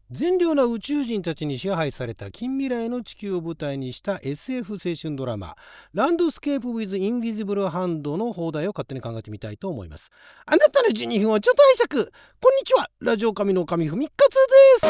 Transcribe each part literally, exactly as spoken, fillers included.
善良な宇宙人たちに支配された近未来の地球を舞台にした エスエフ 青春ドラマランドスケープ with Invisible Hand の放題を勝手に考えてみたいと思います。あなたのじゅうにふんをちょっと拝借。こんにちは、ラジオ神の神ふみかつです。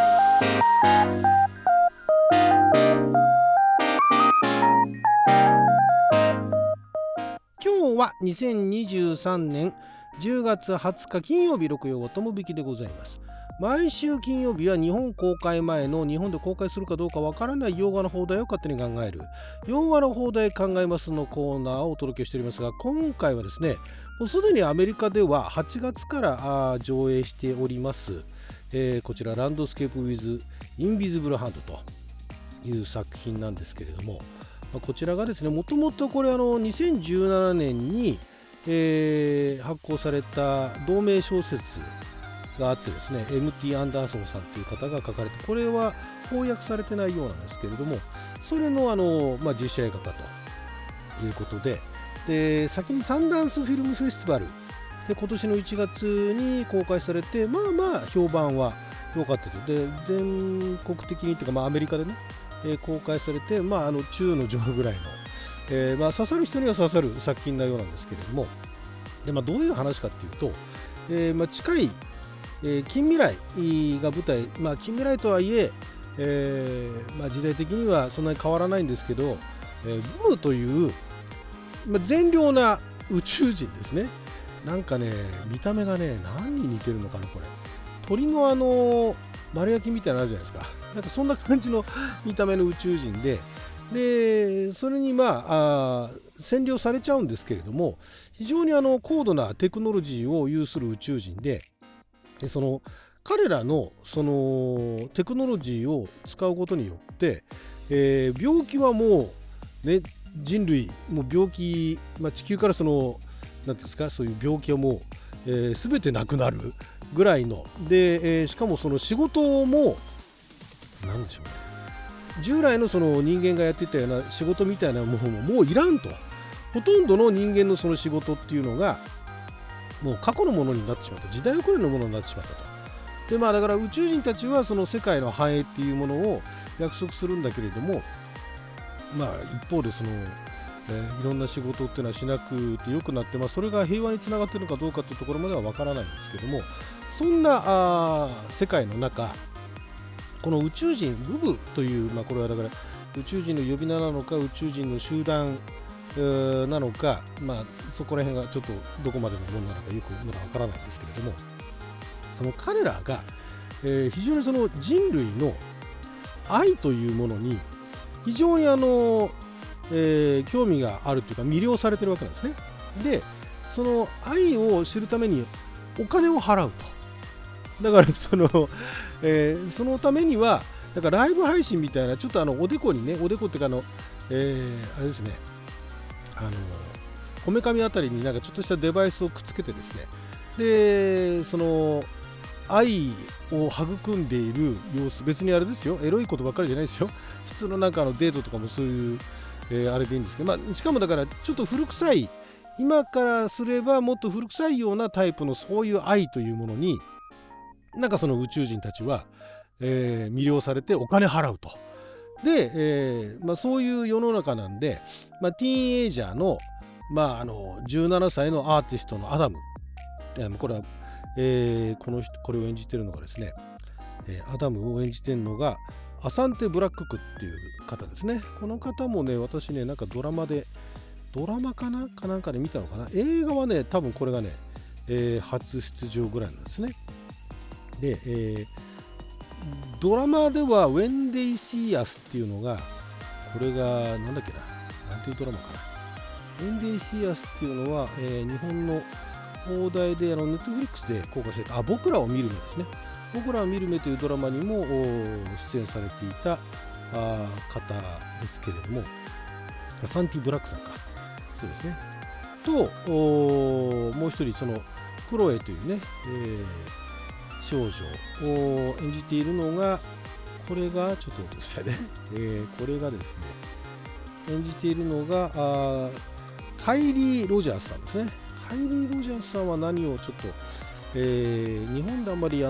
今日はにせんにじゅうさんねんじゅうがつはつか金曜日、六曜ともびきでございます。毎週金曜日は日本公開前の日本で公開するかどうかわからない洋画の放題を勝手に考える洋画の放題考えますのコーナーをお届けしておりますが、今回はですね、もうすでにアメリカでははちがつから上映しております、えー、こちらランドスケープ with Invisible Hand という作品なんですけれども、こちらがですね、もともとこれあのにせんじゅうななねんに、えー、発行された同名小説があってですね、 エムティー アンダーソンさんという方が書かれて、これは翻訳されてないようなんですけれども、それのあの、まあ、実写映画化ということで、で先にサンダンスフィルムフェスティバルで今年のいちがつに公開されて、まあまあ評判は良かったと。で全国的にというか、まあ、アメリカでね、えー、公開されて、まあ、あの中の上ぐらいの、えーまあ、刺さる人には刺さる作品なようなんですけれども、で、まあ、どういう話かっていうと、えーまあ、近いえー、近未来が舞台、まあ、近未来とはいええーまあ、時代的にはそんなに変わらないんですけど、えー、ブムという、まあ、善良な宇宙人ですね。なんかね、見た目がね、何に似てるのかな、これ鳥のあの丸焼きみたいなのあるじゃないですか。なんかそんな感じの見た目の宇宙人で、でそれにまあ、あ占領されちゃうんですけれども、非常にあの高度なテクノロジーを有する宇宙人で、でその彼らのそのテクノロジーを使うことによって、えー、病気はもう、ね、人類もう病気、まあ、地球からその何ですか、そういう病気はもう、えー、全てなくなるぐらいので、えー、しかもその仕事も何でしょうね、従来のその人間がやっていたような仕事みたいなものももういらんと。ほとんどの人間のその仕事っていうのがもう過去のものになってしまった、時代遅れのものになってしまったと。でまあだから宇宙人たちはその世界の繁栄っていうものを約束するんだけれども、まあ一方でその、えー、いろんな仕事っていうのはしなくてよくなって、まあ、それが平和につながっているのかどうかというところまではわからないんですけども、そんなあ世界の中、この宇宙人ルブという、まあ、これはだから宇宙人の呼び名なのか宇宙人の集団なのか、まあ、そこら辺がちょっとどこまでのものなのかよくまだわからないんですけれども、その彼らが、えー、非常にその人類の愛というものに非常にあの、えー、興味があるというか魅了されてるわけなんですね。でその愛を知るためにお金を払うと。だからその、えー、そのためにはだからライブ配信みたいな、ちょっとあのおでこにね、おでこっていうかあの、えー、あれですね、あのこめかみあたりになんかちょっとしたデバイスをくっつけてですね、でその愛を育んでいる様子、別にあれですよ、エロいことばっかりじゃないですよ、普通のなんかあのデートとかもそういう、えー、あれでいいんですけど、まあ、しかもだからちょっと古臭い、今からすればもっと古臭いようなタイプのそういう愛というものになんかその宇宙人たちは、えー、魅了されてお金払うと。で、えーまあ、そういう世の中なんで、まあ、ティーンエイジャーの、まあ、あのじゅうななさいのアーティストのアダム、これは、えー、この人これを演じてるのがですね、えー、アダムを演じてるのがアサンテ・ブラッククっていう方ですね。この方もね、私ね、なんかドラマでドラマかなかなんかで見たのかな。映画はね、多分これがね、えー、初出場ぐらいなんですね。で、えードラマでは When They See Us っていうのが、これがなんだっけな、なんていうドラマかな。When They See Us っていうのは、えー、日本の放題であの Netflix で公開してた、あ、僕らを見る目ですね。僕らを見る目というドラマにも出演されていたあ方ですけれども、サンティ・ブラックさんか、そうですね。と、もう一人そのクロエというね、えー少女を演じているのが、これがちょっと待ってくださいね、えー、これがですね、演じているのがあカイリー・ロジャースさんですね。カイリー・ロジャースさんは何をちょっと、えー、日本であんまりあの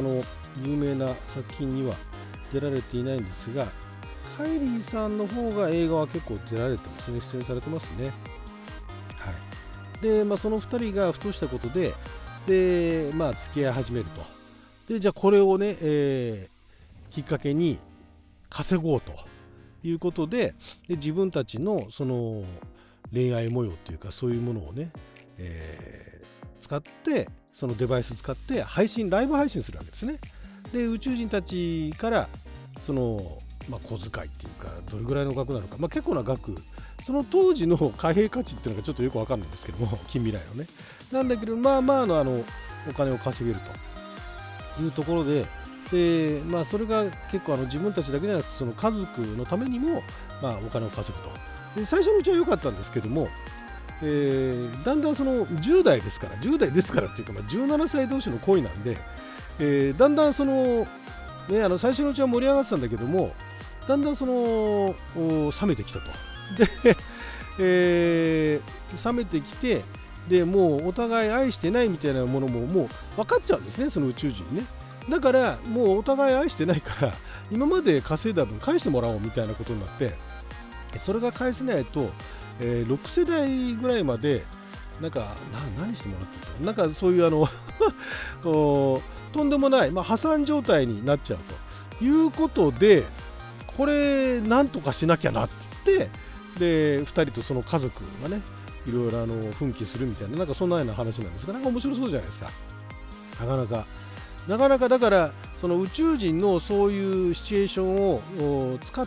有名な作品には出られていないんですが、カイリーさんの方が映画は結構出られてますね、出演されてますね。はい、で、まあ、そのふたりがふとしたことで、で、まあ、付き合い始めると。で、じゃあこれをね、えー、きっかけに稼ごうということで、で自分たちのその恋愛模様っていうか、そういうものをね、えー、使って、そのデバイス使って配信、ライブ配信するわけですね。で、宇宙人たちからその、まあ、小遣いっていうか、どれぐらいの額なのか、まあ、結構な額、その当時の貨幣価値っていうのがちょっとよくわかんないんですけども、近未来のね、なんだけど、まあまあのあのお金を稼げるというところで、で、まあ、それが結構あの自分たちだけじゃなくて、その家族のためにも、まあ、お金を稼ぐと。で、最初のうちは良かったんですけども、えー、だんだんそのじゅう代ですからじゅう代ですからっていうか、まあ、じゅうななさい同士の恋なんで、えー、だんだんその、ね、あの最初のうちは盛り上がってたんだけども、だんだんその冷めてきたと。で、えー、冷めてきて、でもうお互い愛してないみたいなものももう分かっちゃうんですね、その宇宙人にね。だからもうお互い愛してないから、今まで稼いだ分返してもらおうみたいなことになって、それが返せないと、えー、ろくせだいぐらいまでなんかな何してもらってたなんかそういうあのとんでもない、まあ、破産状態になっちゃうということで、これなんとかしなきゃなって言って、でふたりとその家族がね、いろいろあの奮起するみたいな、なんかそんなような話なんですが、なんか面白そうじゃないですか。なかなかなかなかだから、その宇宙人のそういうシチュエーションを使って、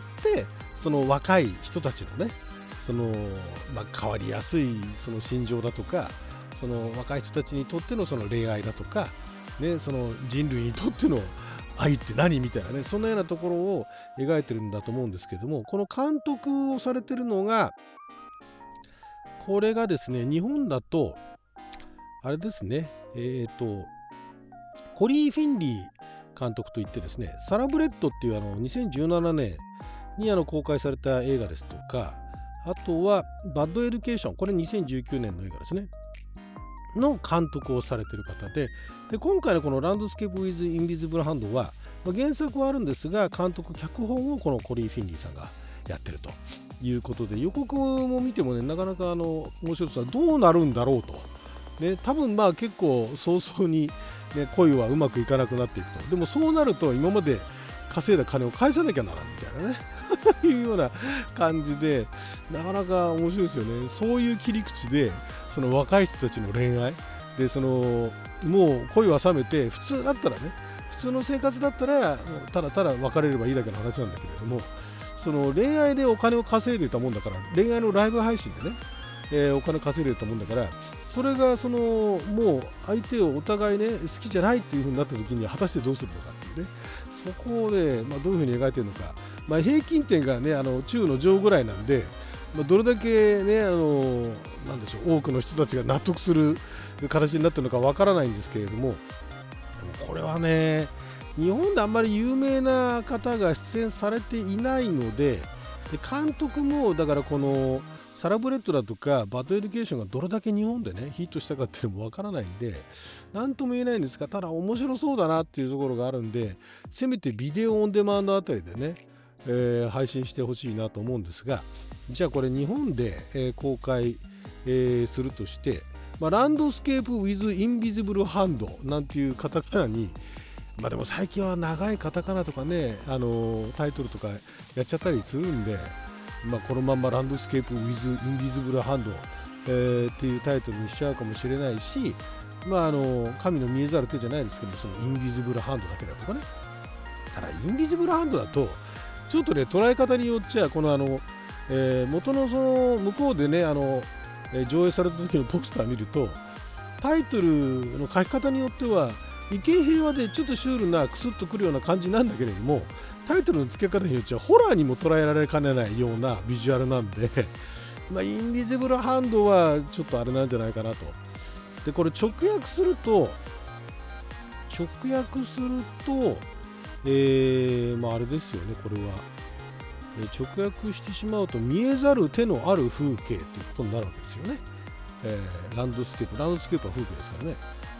その若い人たちのね、その、まあ、変わりやすいその心情だとか、その若い人たちにとってのその恋愛だとか、ね、その人類にとっての愛って何みたいなね、そんなようなところを描いてるんだと思うんですけども、この監督をされてるのが、これがですね、日本だとあれですね、えっとコリー・フィンリー監督といってですね、サラブレッドっていうあのにせんじゅうななねんにあの公開された映画ですとか、あとはバッドエデュケーション、これにせんじゅうきゅうねんの映画ですねの監督をされている方で、で今回のこのランドスケープ・ウィズ・インビジブル・ハンドは、まあ、原作はあるんですが、監督脚本をこのコリー・フィンリーさんがやってるということで、予告も見てもね、なかなかあの面白さ、どうなるんだろうと、ね、多分まあ結構早々に、ね、恋はうまくいかなくなっていくと。でもそうなると、今まで稼いだ金を返さなきゃならんみたいなねいうような感じで、なかなか面白いですよね。そういう切り口で、その若い人たちの恋愛で、そのもう恋は冷めて、普通だったらね、普通の生活だったらただただ別れればいいだけの話なんだけれども、その恋愛でお金を稼いでいたもんだから、恋愛のライブ配信でね、えー、お金稼いでいたもんだから、それがそのもう相手をお互いね好きじゃないっていう風になった時に、果たしてどうするのかっていうね、そこで、まあ、どういう風に描いてるのか、まあ、平均点がね、あの中の上ぐらいなんで、まあ、どれだけね、あのなんでしょう、多くの人たちが納得する形になってるのかわからないんですけれども、でもこれはね、日本であんまり有名な方が出演されていないので、で監督もだからこのサラブレッドだとかバッドエデュケーションがどれだけ日本でねヒットしたかっていうのもわからないんで、何とも言えないんですが、ただ面白そうだなっていうところがあるんで、せめてビデオオンデマンドあたりでね、えー、配信してほしいなと思うんですが、じゃあこれ日本で、えー、公開、えー、するとして、まあ、ランドスケープ with Invisible Hand なんていうカタカナに、まあでも最近は長いカタカナとかね、あのー、タイトルとかやっちゃったりするんで、まあ、このまんまランドスケープ with Invisible Hand、えー、っていうタイトルにしちゃうかもしれないし、まああの神の見えざる手じゃないですけど、そのインビジブルハンドだけだとかね。ただインビジブルハンドだとちょっとね、捉え方によっちゃ、このあの、えー、元のその向こうでね、あの、えー、上映された時のポスター見ると、タイトルの書き方によっては意見平和でちょっとシュールなクスッとくるような感じなんだけれども、タイトルの付け方によっちゃホラーにも捉えられかねないようなビジュアルなんでまあインビジブルハンドはちょっとあれなんじゃないかなと。でこれ直訳すると直訳するとえー、まああれですよね、これは直訳してしまうと、見えざる手のある風景ということになるわけですよね。えー、ランドスケープランドスケープは風景ですからね。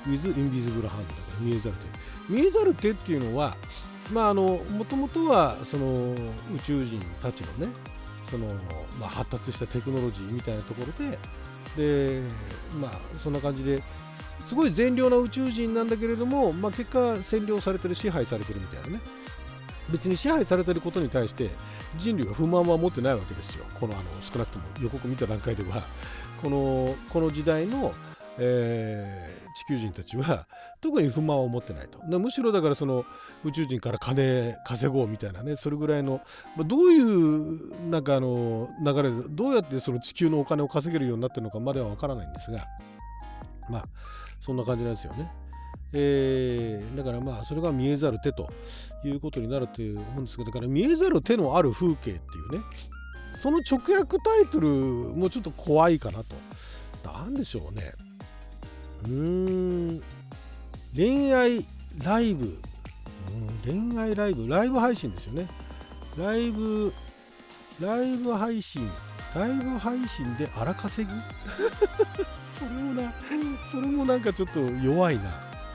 with invisible hand だから見えざる手。見えざる手っていうのは、まああのもともとはその宇宙人たちのね、そのまあ発達したテクノロジーみたいなところで、でまあそんな感じですごい善良な宇宙人なんだけれども、まあ結果占領されてる、支配されてるみたいなね。別に支配されてることに対して人類は不満は持ってないわけですよ。このあの少なくとも予告見た段階ではこのこの時代の、えー、地球人たちは特に不満を持ってないと。むしろだからその宇宙人から金稼ごうみたいなね、それぐらいの、まあ、どういうなんかあの流れでどうやってその地球のお金を稼げるようになってるのかまではわからないんですが、まあそんな感じなんですよね。えー、だからまあそれが見えざる手ということになると思うんですが、だから見えざる手のある風景っていうね、その直訳タイトルもちょっと怖いかなと。なんでしょうね。うーん恋愛ライブ、うん、恋愛ライブライブ配信ですよね。ライブライブ配信ライブ配信で荒稼ぎそれもなそれもなんかちょっと弱いな。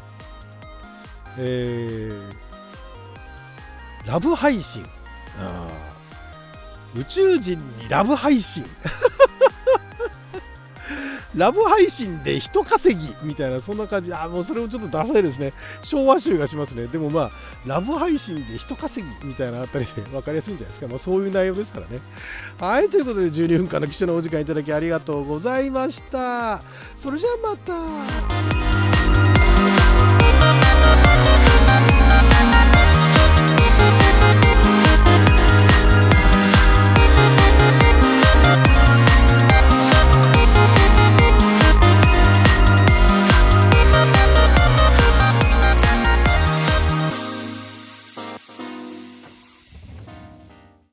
えー、ラブ配信、あ宇宙人にラブ配信ラブ配信で人稼ぎみたいな、そんな感じ。あもうそれもちょっとダサいですね。昭和集がしますね。でもまあラブ配信で人稼ぎみたいなあたりで分かりやすいんじゃないですか。まあそういう内容ですからね。はい、ということでじゅうにふんかんの貴重なお時間いただきありがとうございました。それじゃあまた。